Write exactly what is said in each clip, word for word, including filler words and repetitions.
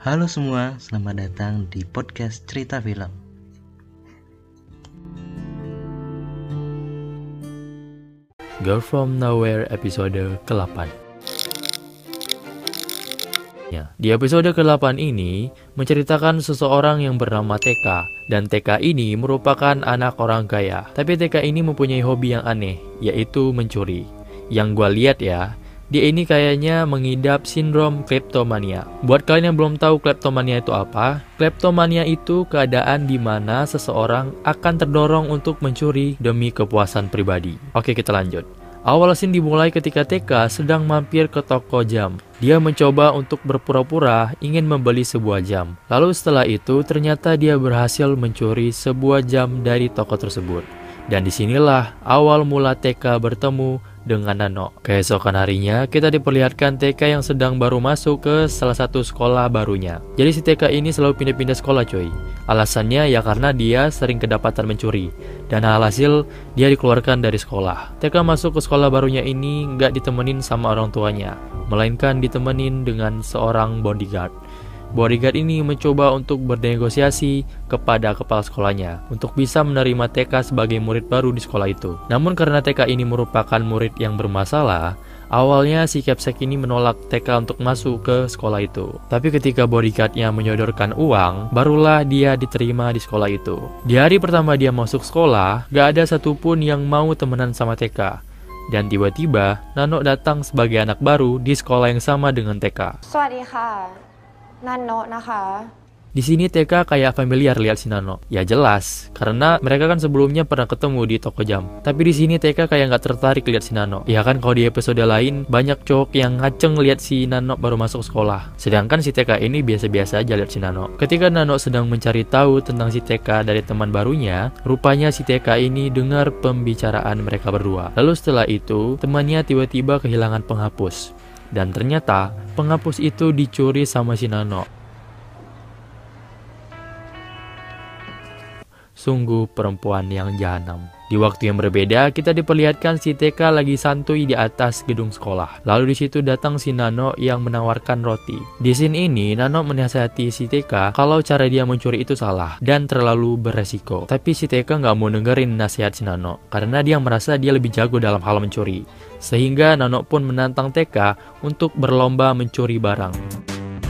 Halo semua, selamat datang di podcast Cerita Film. Girl from Nowhere episode ke-delapan. Ya, di episode ke-delapan ini menceritakan seseorang yang bernama T K, dan T K ini merupakan anak orang kaya. Tapi T K ini mempunyai hobi yang aneh, yaitu mencuri. Yang gua lihat ya, dia ini kayaknya mengidap sindrom kleptomania. Buat kalian yang belum tahu kleptomania itu apa, kleptomania itu keadaan di mana seseorang akan terdorong untuk mencuri demi kepuasan pribadi. Oke, kita lanjut. Awal scene dimulai ketika T K sedang mampir ke toko jam. Dia mencoba untuk berpura-pura ingin membeli sebuah jam. Lalu setelah itu ternyata dia berhasil mencuri sebuah jam dari toko tersebut. Dan disinilah awal mula T K bertemu dengan Nano. Keesokan harinya kita diperlihatkan T K yang sedang baru masuk ke salah satu sekolah barunya. Jadi si T K ini selalu pindah-pindah sekolah coy. Alasannya ya karena dia sering kedapatan mencuri. Dan alhasil dia dikeluarkan dari sekolah. T K masuk ke sekolah barunya ini nggak ditemenin sama orang tuanya, melainkan ditemenin dengan seorang bodyguard. Bodyguard ini mencoba untuk bernegosiasi kepada kepala sekolahnya untuk bisa menerima T K sebagai murid baru di sekolah itu. Namun karena T K ini merupakan murid yang bermasalah, awalnya si Capsek ini menolak T K untuk masuk ke sekolah itu. Tapi ketika bodyguardnya menyodorkan uang, barulah dia diterima di sekolah itu. Di hari pertama dia masuk sekolah, gak ada satupun yang mau temenan sama T K. Dan tiba-tiba, Nano datang sebagai anak baru di sekolah yang sama dengan T K. สวัสดีค่ะนันโนะนะคะ Di sini T K kayak familiar lihat si Nano. Ya jelas, karena mereka kan sebelumnya pernah ketemu di toko jam. Tapi di sini T K kayak nggak tertarik lihat si Nano. Ya kan kalau di episode lain banyak cowok yang ngaceng lihat si Nano baru masuk sekolah. Sedangkan si T K ini biasa-biasa aja lihat si Nano. Ketika Nano sedang mencari tahu tentang si T K dari teman barunya, rupanya si T K ini dengar pembicaraan mereka berdua. Lalu setelah itu, temannya tiba-tiba kehilangan penghapus. Dan ternyata penghapus itu dicuri sama si Nano. Sungguh perempuan yang jahanam. Di waktu yang berbeda, kita diperlihatkan si T K lagi santuy di atas gedung sekolah. Lalu di situ datang si Nano yang menawarkan roti. Di scene ini, Nano menasihati si T K kalau cara dia mencuri itu salah dan terlalu beresiko. Tapi si T K nggak mau dengerin nasihat si Nano karena dia merasa dia lebih jago dalam hal mencuri. Sehingga Nano pun menantang T K untuk berlomba mencuri barang.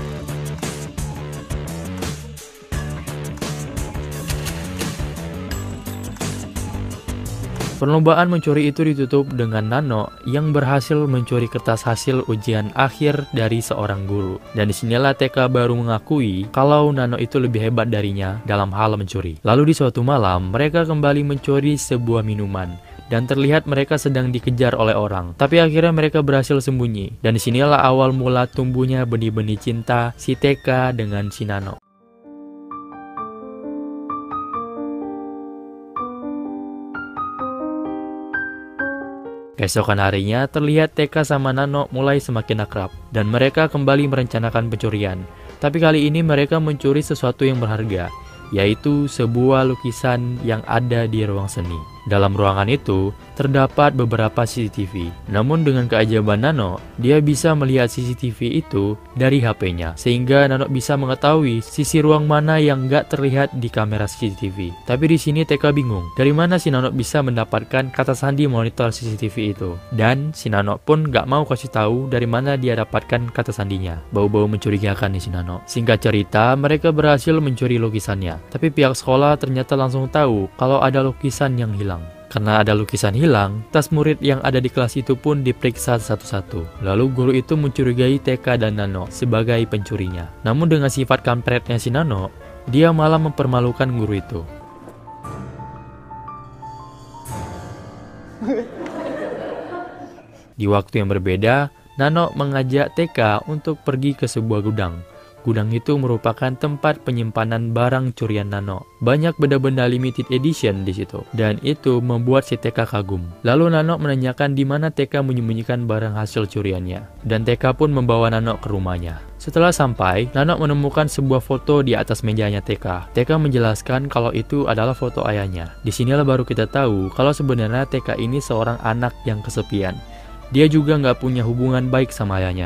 Perlombaan mencuri itu ditutup dengan Nano yang berhasil mencuri kertas hasil ujian akhir dari seorang guru. Dan disinilah T K baru mengakui kalau Nano itu lebih hebat darinya dalam hal mencuri. Lalu di suatu malam, mereka kembali mencuri sebuah minuman. Dan terlihat mereka sedang dikejar oleh orang. Tapi akhirnya mereka berhasil sembunyi. Dan disinilah awal mula tumbuhnya benih-benih cinta si T K dengan si Nano. Keesokan harinya terlihat T K sama Nano mulai semakin akrab dan mereka kembali merencanakan pencurian. Tapi kali ini mereka mencuri sesuatu yang berharga, yaitu sebuah lukisan yang ada di ruang seni. Dalam ruangan itu terdapat beberapa C C T V. Namun dengan keajaiban Nano, dia bisa melihat C C T V itu dari H P-nya. Sehingga Nano bisa mengetahui sisi ruang mana yang nggak terlihat di kamera C C T V. Tapi di sini T K bingung, dari mana si Nano bisa mendapatkan kata sandi monitor C C T V itu. Dan si Nano pun nggak mau kasih tahu dari mana dia dapatkan kata sandinya. Bau-bau mencurigakan nih si Nano. Singkat cerita, mereka berhasil mencuri lukisannya. Tapi pihak sekolah ternyata langsung tahu kalau ada lukisan yang hilang. Karena ada lukisan hilang, tas murid yang ada di kelas itu pun diperiksa satu-satu. Lalu guru itu mencurigai T K dan Nano sebagai pencurinya. Namun dengan sifat kampretnya si Nano, dia malah mempermalukan guru itu. Di waktu yang berbeda, Nano mengajak T K untuk pergi ke sebuah gudang. Gudang itu merupakan tempat penyimpanan barang curian Nano. Banyak benda-benda limited edition di situ, dan itu membuat si T K kagum. Lalu Nano menanyakan di mana T K menyembunyikan barang hasil curiannya, dan T K pun membawa Nano ke rumahnya. Setelah sampai, Nano menemukan sebuah foto di atas mejanya T K. T K menjelaskan kalau itu adalah foto ayahnya. Disinilah baru kita tahu kalau sebenarnya T K ini seorang anak yang kesepian. Dia juga nggak punya hubungan baik sama ayahnya.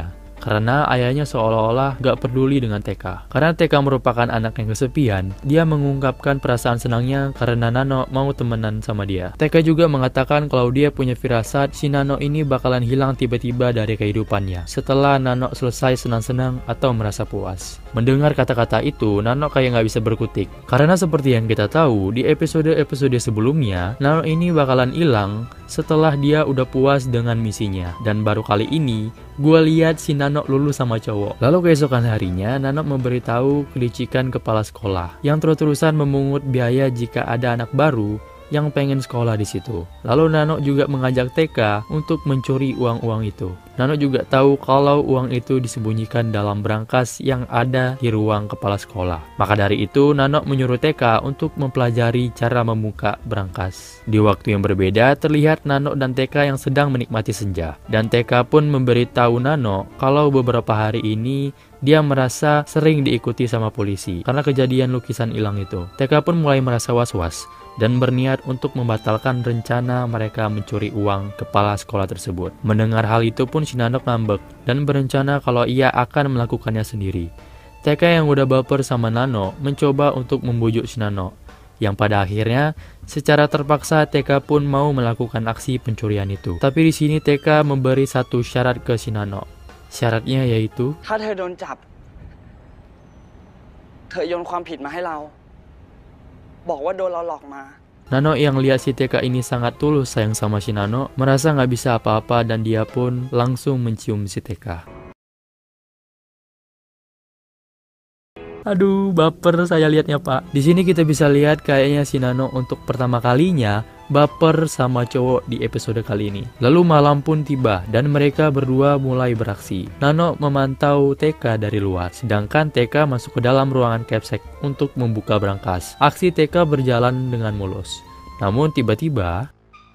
karena ayahnya seolah-olah gak peduli dengan T K. Karena T K merupakan anak yang kesepian, dia mengungkapkan perasaan senangnya karena Nano mau temenan sama dia. T K juga mengatakan kalau dia punya firasat si Nano ini bakalan hilang tiba-tiba dari kehidupannya setelah Nano selesai senang-senang atau merasa puas. Mendengar kata-kata itu, Nano kayak gak bisa berkutik. Karena seperti yang kita tahu, di episode-episode sebelumnya, Nano ini bakalan hilang setelah dia udah puas dengan misinya. Dan baru kali ini, gue lihat si Nano lulus sama cowok. Lalu keesokan harinya, Nano memberitahu kelicikan kepala sekolah yang terus-terusan memungut biaya jika ada anak baru yang pengen sekolah di situ. Lalu Nano juga mengajak T K untuk mencuri uang-uang itu. Nano juga tahu kalau uang itu disembunyikan dalam brankas yang ada di ruang kepala sekolah. Maka dari itu, Nano menyuruh T K untuk mempelajari cara membuka brankas. Di waktu yang berbeda, terlihat Nano dan T K yang sedang menikmati senja. Dan T K pun memberitahu Nano kalau beberapa hari ini dia merasa sering diikuti sama polisi karena kejadian lukisan hilang itu. T K pun mulai merasa was-was dan berniat untuk membatalkan rencana mereka mencuri uang kepala sekolah tersebut. Mendengar hal itu pun si Nano ngambek dan berencana kalau ia akan melakukannya sendiri. T K yang udah baper sama Nano mencoba untuk membujuk si Nano, yang pada akhirnya secara terpaksa T K pun mau melakukan aksi pencurian itu. Tapi di sini T K memberi satu syarat ke si Nano. Syaratnya yaitu, ถ้าเธอโดนจับเธอโยนความผิดมาให้เราบอกว่าโดนเราหลอกมา Nano yang lihat si T K ini sangat tulus sayang sama si Nano, merasa nggak bisa apa-apa dan dia pun langsung mencium si T K. Aduh, baper saya lihatnya, Pak. Di sini kita bisa lihat kayaknya si Nano untuk pertama kalinya baper sama cowok di episode kali ini. Lalu malam pun tiba dan mereka berdua mulai beraksi. Nano memantau T K dari luar, sedangkan T K masuk ke dalam ruangan Capsek untuk membuka brankas. Aksi T K berjalan dengan mulus. Namun tiba-tiba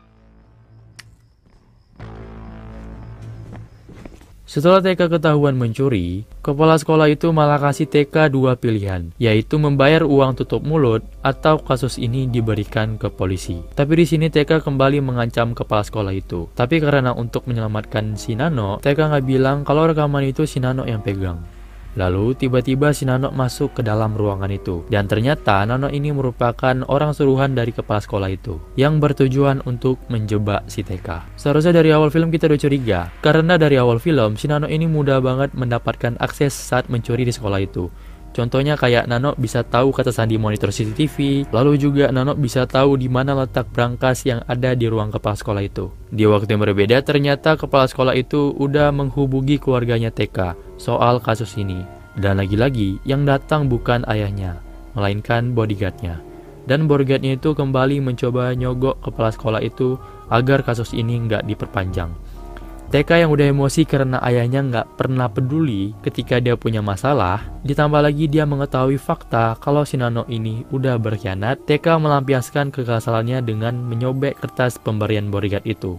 setelah T K ketahuan mencuri, kepala sekolah itu malah kasih T K dua pilihan, yaitu membayar uang tutup mulut atau kasus ini diberikan ke polisi. Tapi di sini T K kembali mengancam kepala sekolah itu. Tapi karena untuk menyelamatkan si Nano, T K nggak bilang kalau rekaman itu si Nano yang pegang. Lalu tiba-tiba si Nano masuk ke dalam ruangan itu. Dan ternyata Nano ini merupakan orang suruhan dari kepala sekolah itu yang bertujuan untuk menjebak si T K. Seharusnya dari awal film kita udah curiga, karena dari awal film si Nano ini mudah banget mendapatkan akses saat mencuri di sekolah itu. Contohnya kayak Nano bisa tahu kata sandi monitor C C T V, lalu juga Nano bisa tahu di mana letak brankas yang ada di ruang kepala sekolah itu. Di waktu yang berbeda, ternyata kepala sekolah itu udah menghubungi keluarganya T K soal kasus ini. Dan lagi-lagi yang datang bukan ayahnya, melainkan bodyguardnya. Dan bodyguardnya itu kembali mencoba nyogok kepala sekolah itu agar kasus ini nggak diperpanjang. T K yang udah emosi karena ayahnya nggak pernah peduli ketika dia punya masalah, ditambah lagi dia mengetahui fakta kalau si Nano ini udah berkhianat. T K melampiaskan kekesalannya dengan menyobek kertas pemberian bodyguard itu.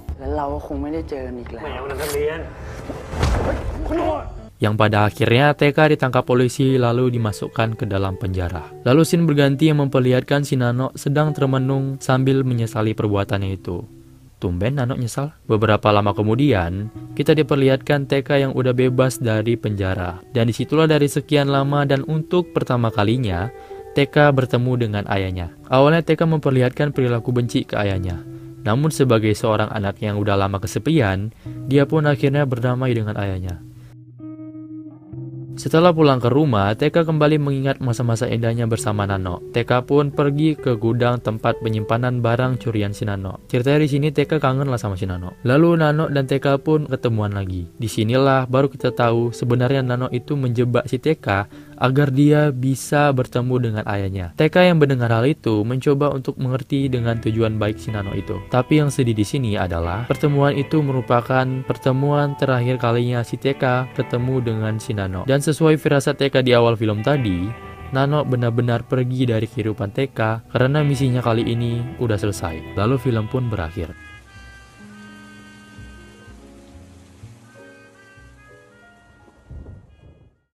Yang pada akhirnya T K ditangkap polisi lalu dimasukkan ke dalam penjara. Lalu scene berganti yang memperlihatkan si Nano sedang termenung sambil menyesali perbuatannya itu. Tumben Nano nyesal. Beberapa lama kemudian, kita diperlihatkan T K yang udah bebas dari penjara. Dan disitulah dari sekian lama dan untuk pertama kalinya, T K bertemu dengan ayahnya. Awalnya T K memperlihatkan perilaku benci ke ayahnya. Namun sebagai seorang anak yang udah lama kesepian, dia pun akhirnya berdamai dengan ayahnya. Setelah pulang ke rumah, T K kembali mengingat masa-masa indahnya bersama Nano. T K pun pergi ke gudang tempat penyimpanan barang curian si Nano. Ceritanya di sini T K kangen lah sama si Nano. Lalu Nano dan T K pun ketemuan lagi. Disinilah baru kita tahu sebenarnya Nano itu menjebak si T K agar dia bisa bertemu dengan ayahnya. T K yang mendengar hal itu mencoba untuk mengerti dengan tujuan baik si Nano itu. Tapi yang sedih di sini adalah pertemuan itu merupakan pertemuan terakhir kalinya si T K ketemu dengan si Nano. Dan sesuai firasat T K di awal film tadi, Nano benar-benar pergi dari kehidupan T K karena misinya kali ini udah selesai. Lalu film pun berakhir.